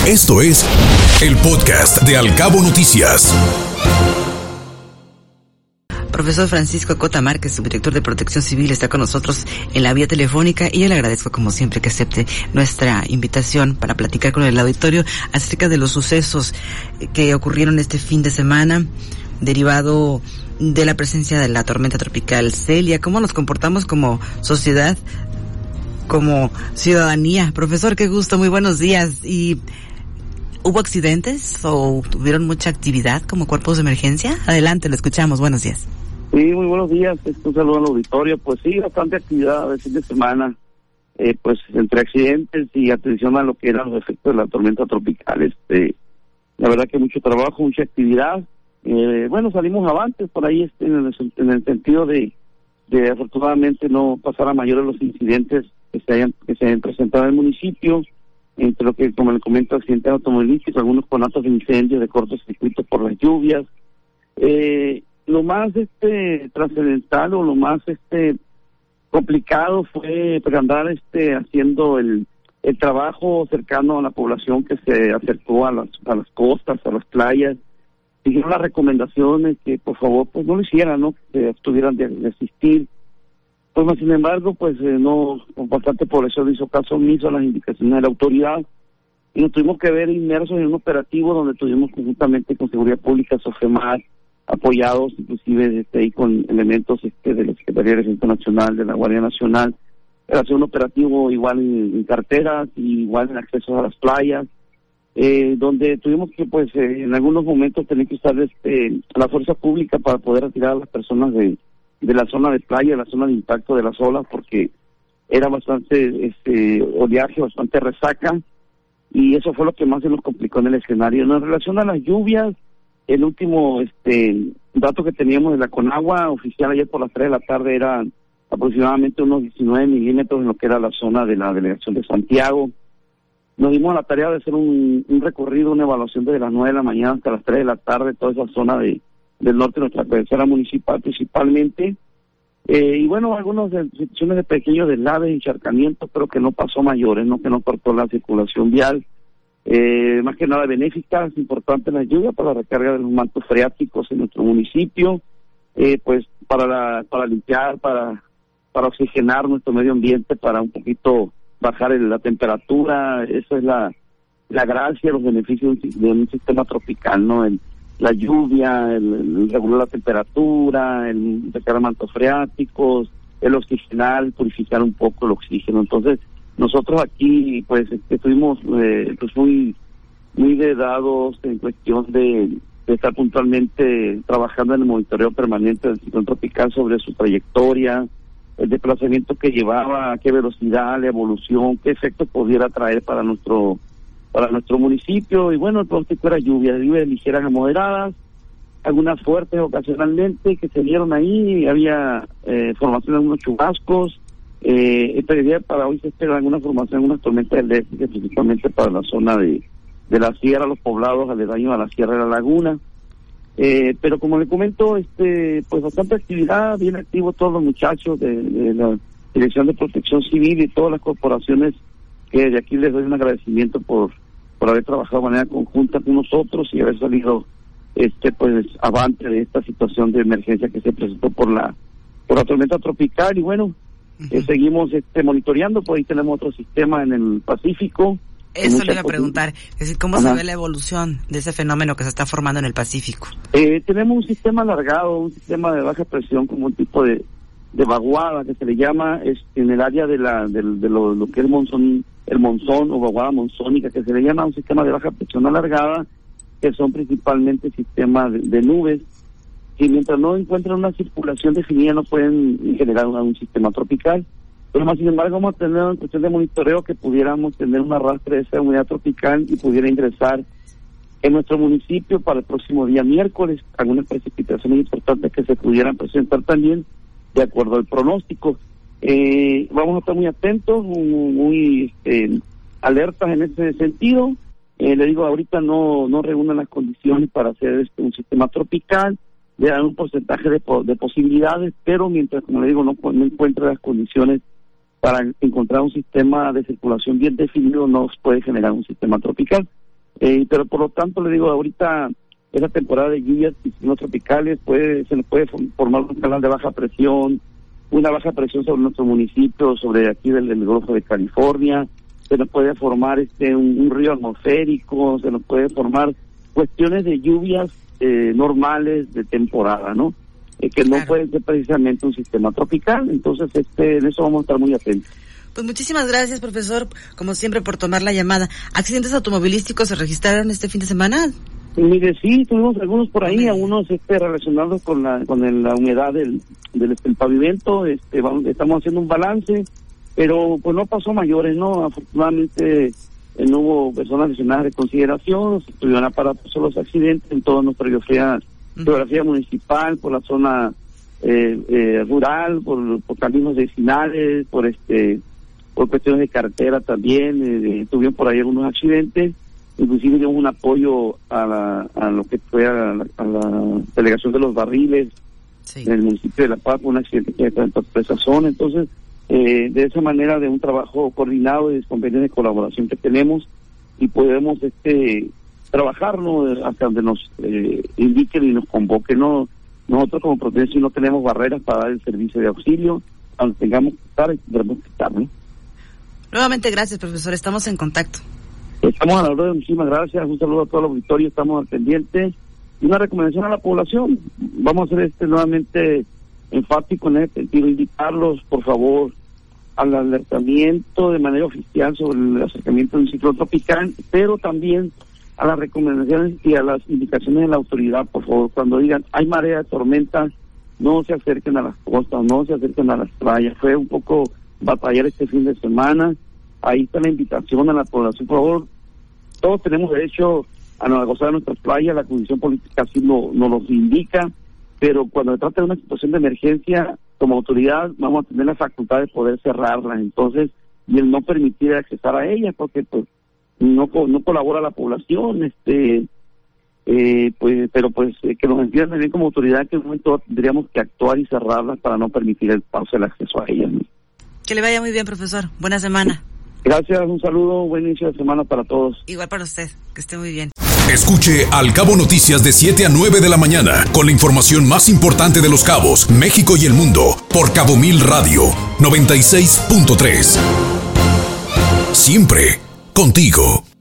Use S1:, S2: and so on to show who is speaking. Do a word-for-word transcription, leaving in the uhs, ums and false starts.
S1: Esto es el podcast de Alcabo Noticias.
S2: Profesor Francisco Cota Márquez, subdirector de Protección Civil, está con nosotros en la vía telefónica y yo le agradezco como siempre que acepte nuestra invitación para platicar con el auditorio acerca de los sucesos que ocurrieron este fin de semana derivado de la presencia de la tormenta tropical Celia. ¿Cómo nos comportamos como sociedad, como ciudadanía? Profesor, qué gusto, muy buenos días. ¿Y hubo accidentes o tuvieron mucha actividad como cuerpos de emergencia? Adelante, lo escuchamos, buenos días.
S3: Sí, muy buenos días, un saludo al auditorio. Pues sí, bastante actividad el fin de semana, eh, pues entre accidentes y atención a lo que eran los efectos de la tormenta tropical. Este, la verdad que mucho trabajo, mucha actividad. Eh, bueno, salimos avantes por ahí este, en, el, en el sentido de, de afortunadamente no pasar a mayores los incidentes que se hayan, que se hayan presentado en el municipio, entre lo que, como le comento, accidentes automovilísticos, algunos conatos de incendios, de cortocircuito por las lluvias. Eh, Lo más este trascendental o lo más este complicado fue pues, andar este haciendo el el trabajo cercano a la población que se acercó a las a las costas, a las playas. Siguieron las recomendaciones que por favor pues no lo hicieran, ¿no? Que estuvieran de, de asistir. Pues sin embargo, pues eh, no, bastante población hizo caso omiso a las indicaciones de la autoridad y nos tuvimos que ver inmersos en un operativo donde tuvimos conjuntamente con Seguridad Pública, Sofemar, apoyados inclusive este, ahí con elementos este, de la Secretaría de Defensa Nacional, de la Guardia Nacional, para hacer un operativo igual en, en carteras y igual en accesos a las playas, eh, donde tuvimos que pues eh, en algunos momentos tener que usar este, la fuerza pública para poder retirar a las personas de, de la zona de playa, de la zona de impacto de las olas, porque era bastante este oleaje, bastante resaca, y eso fue lo que más se nos complicó en el escenario. En relación a las lluvias, el último este dato que teníamos de la Conagua oficial ayer por las tres de la tarde era aproximadamente unos diecinueve milímetros en lo que era la zona de la delegación de Santiago. Nos dimos a la tarea de hacer un, un recorrido, una evaluación desde las nueve de la mañana hasta las tres de la tarde, toda esa zona de del norte de nuestra cabecera municipal principalmente. Eh, y bueno, algunas situaciones de pequeños deslaves, encharcamientos, pero que no pasó mayores, no que no cortó la circulación vial. Eh, más que nada benéficas, importante la lluvia para la recarga de los mantos freáticos en nuestro municipio, eh, pues para la, para limpiar, para para oxigenar nuestro medio ambiente, para un poquito bajar el, la temperatura. Esa es la la gracia, los beneficios de un, de un sistema tropical, ¿no? El, la lluvia, el, el regular la temperatura, el recargar mantos freáticos, el oxigenar, el purificar un poco el oxígeno. Entonces, nosotros aquí pues estuvimos eh, pues muy muy vedados en cuestión de, de estar puntualmente trabajando en el monitoreo permanente del ciclón tropical sobre su trayectoria, el desplazamiento que llevaba, qué velocidad, la evolución, qué efecto pudiera traer para nuestro para nuestro municipio. Y bueno, el pronóstico era lluvia, lluvias ligeras a moderadas, algunas fuertes ocasionalmente que se dieron ahí, había eh, formación de algunos chubascos. Eh, esta idea para hoy se espera alguna formación, algunas tormentas eléctricas, principalmente para la zona de, de la sierra, los poblados aledaños a la sierra de la laguna. Eh, pero como le comento, este, pues bastante actividad, bien activos todos los muchachos de, de la Dirección de Protección Civil y todas las corporaciones, que de aquí les doy un agradecimiento por, por haber trabajado de manera conjunta con nosotros y haber salido este pues avante de esta situación de emergencia que se presentó por la, por la tormenta tropical. Y bueno, Uh-huh. Eh, seguimos este, monitoreando, pues ahí tenemos otro sistema en el Pacífico.
S2: Eso le iba a preguntar, es decir, ¿cómo Ajá. se ve la evolución de ese fenómeno que se está formando en el Pacífico?
S3: Eh, tenemos un sistema alargado, un sistema de baja presión, como un tipo de, de vaguada que se le llama es, en el área de la de, de lo, lo que es el monzón, el monzón o vaguada monzónica, que se le llama un sistema de baja presión alargada, que son principalmente sistemas de, de nubes, que mientras no encuentran una circulación definida no pueden generar un, un sistema tropical. Pero más sin embargo vamos a tener en cuestión de monitoreo que pudiéramos tener un arrastre de esa unidad tropical y pudiera ingresar en nuestro municipio para el próximo día miércoles, algunas precipitaciones importantes que se pudieran presentar también de acuerdo al pronóstico. Eh, vamos a estar muy atentos, muy, muy eh, alertas en ese sentido. Eh, le digo, ahorita no no reúnen las condiciones para hacer este, un sistema tropical, le dan un porcentaje de, de posibilidades, pero mientras, como le digo, no, no encuentra las condiciones para encontrar un sistema de circulación bien definido, no puede generar un sistema tropical. Eh, pero por lo tanto, le digo, ahorita esa temporada de lluvias y ciclones tropicales puede, se nos puede formar un canal de baja presión, una baja presión sobre nuestro municipio, sobre aquí del, del Golfo de California, se nos puede formar este un, un río atmosférico, se nos puede formar cuestiones de lluvias eh, normales de temporada, ¿no? Eh, que claro. No puede ser precisamente un sistema tropical, entonces este en eso vamos a estar muy atentos.
S2: Pues muchísimas gracias, profesor, como siempre, por tomar la llamada. ¿Accidentes automovilísticos se registraron este fin de semana?
S3: Mire, sí, tuvimos algunos por ahí, algunos este, relacionados con la con el, la humedad del, del, del pavimento, este, vamos, estamos haciendo un balance, pero pues no pasó mayores, ¿no? Afortunadamente eh, no hubo personas lesionadas de consideración, se tuvieron aparatos solo los accidentes en toda nuestra geografía, uh-huh. geografía municipal, por la zona eh, eh, rural, por, por caminos vecinales, por este por cuestiones de carretera también, eh, tuvieron por ahí algunos accidentes, inclusive dio un apoyo a, la, a lo que fue a la, a la delegación de los barriles sí. en el municipio de La Paz, un accidente que está en toda esa zona, entonces eh, de esa manera de un trabajo coordinado y de convenios de colaboración que tenemos y podemos este trabajar, ¿no? Hasta donde nos eh, indiquen y nos convoquen, ¿no? Nosotros como protección no tenemos barreras para dar el servicio de auxilio, donde tengamos que estar y tendremos que estar, ¿no?
S2: Nuevamente gracias, profesor, estamos en contacto.
S3: Estamos a la orden, muchísimas gracias, un saludo a todo el auditorio, estamos al pendiente. Y una recomendación a la población, vamos a ser este nuevamente enfático en este sentido, invitarlos, por favor, al alertamiento de manera oficial sobre el acercamiento de un ciclón tropical, pero también a las recomendaciones y a las indicaciones de la autoridad, por favor, cuando digan, hay marea de tormenta, no se acerquen a las costas, no se acerquen a las playas. Fue un poco batallar este fin de semana, ahí está la invitación a la población, por favor, todos tenemos derecho a no gozar de nuestras playas, la condición política así nos no los indica, pero cuando se trata de una situación de emergencia, como autoridad vamos a tener la facultad de poder cerrarlas, entonces, y el no permitir accesar a ellas, porque pues no no colabora la población, este eh, pues pero pues eh, que nos entiendan también como autoridad que en un momento tendríamos que actuar y cerrarlas para no permitir el paso del acceso a ellas, ¿no?
S2: Que le vaya muy bien, profesor. Buena semana.
S3: Gracias, un saludo, buen inicio de semana para todos.
S2: Igual para usted, que esté muy bien.
S1: Escuche Al Cabo Noticias de siete a nueve de la mañana, con la información más importante de Los Cabos, México y el mundo, por Cabo Mil Radio, noventa y seis punto tres. Siempre contigo.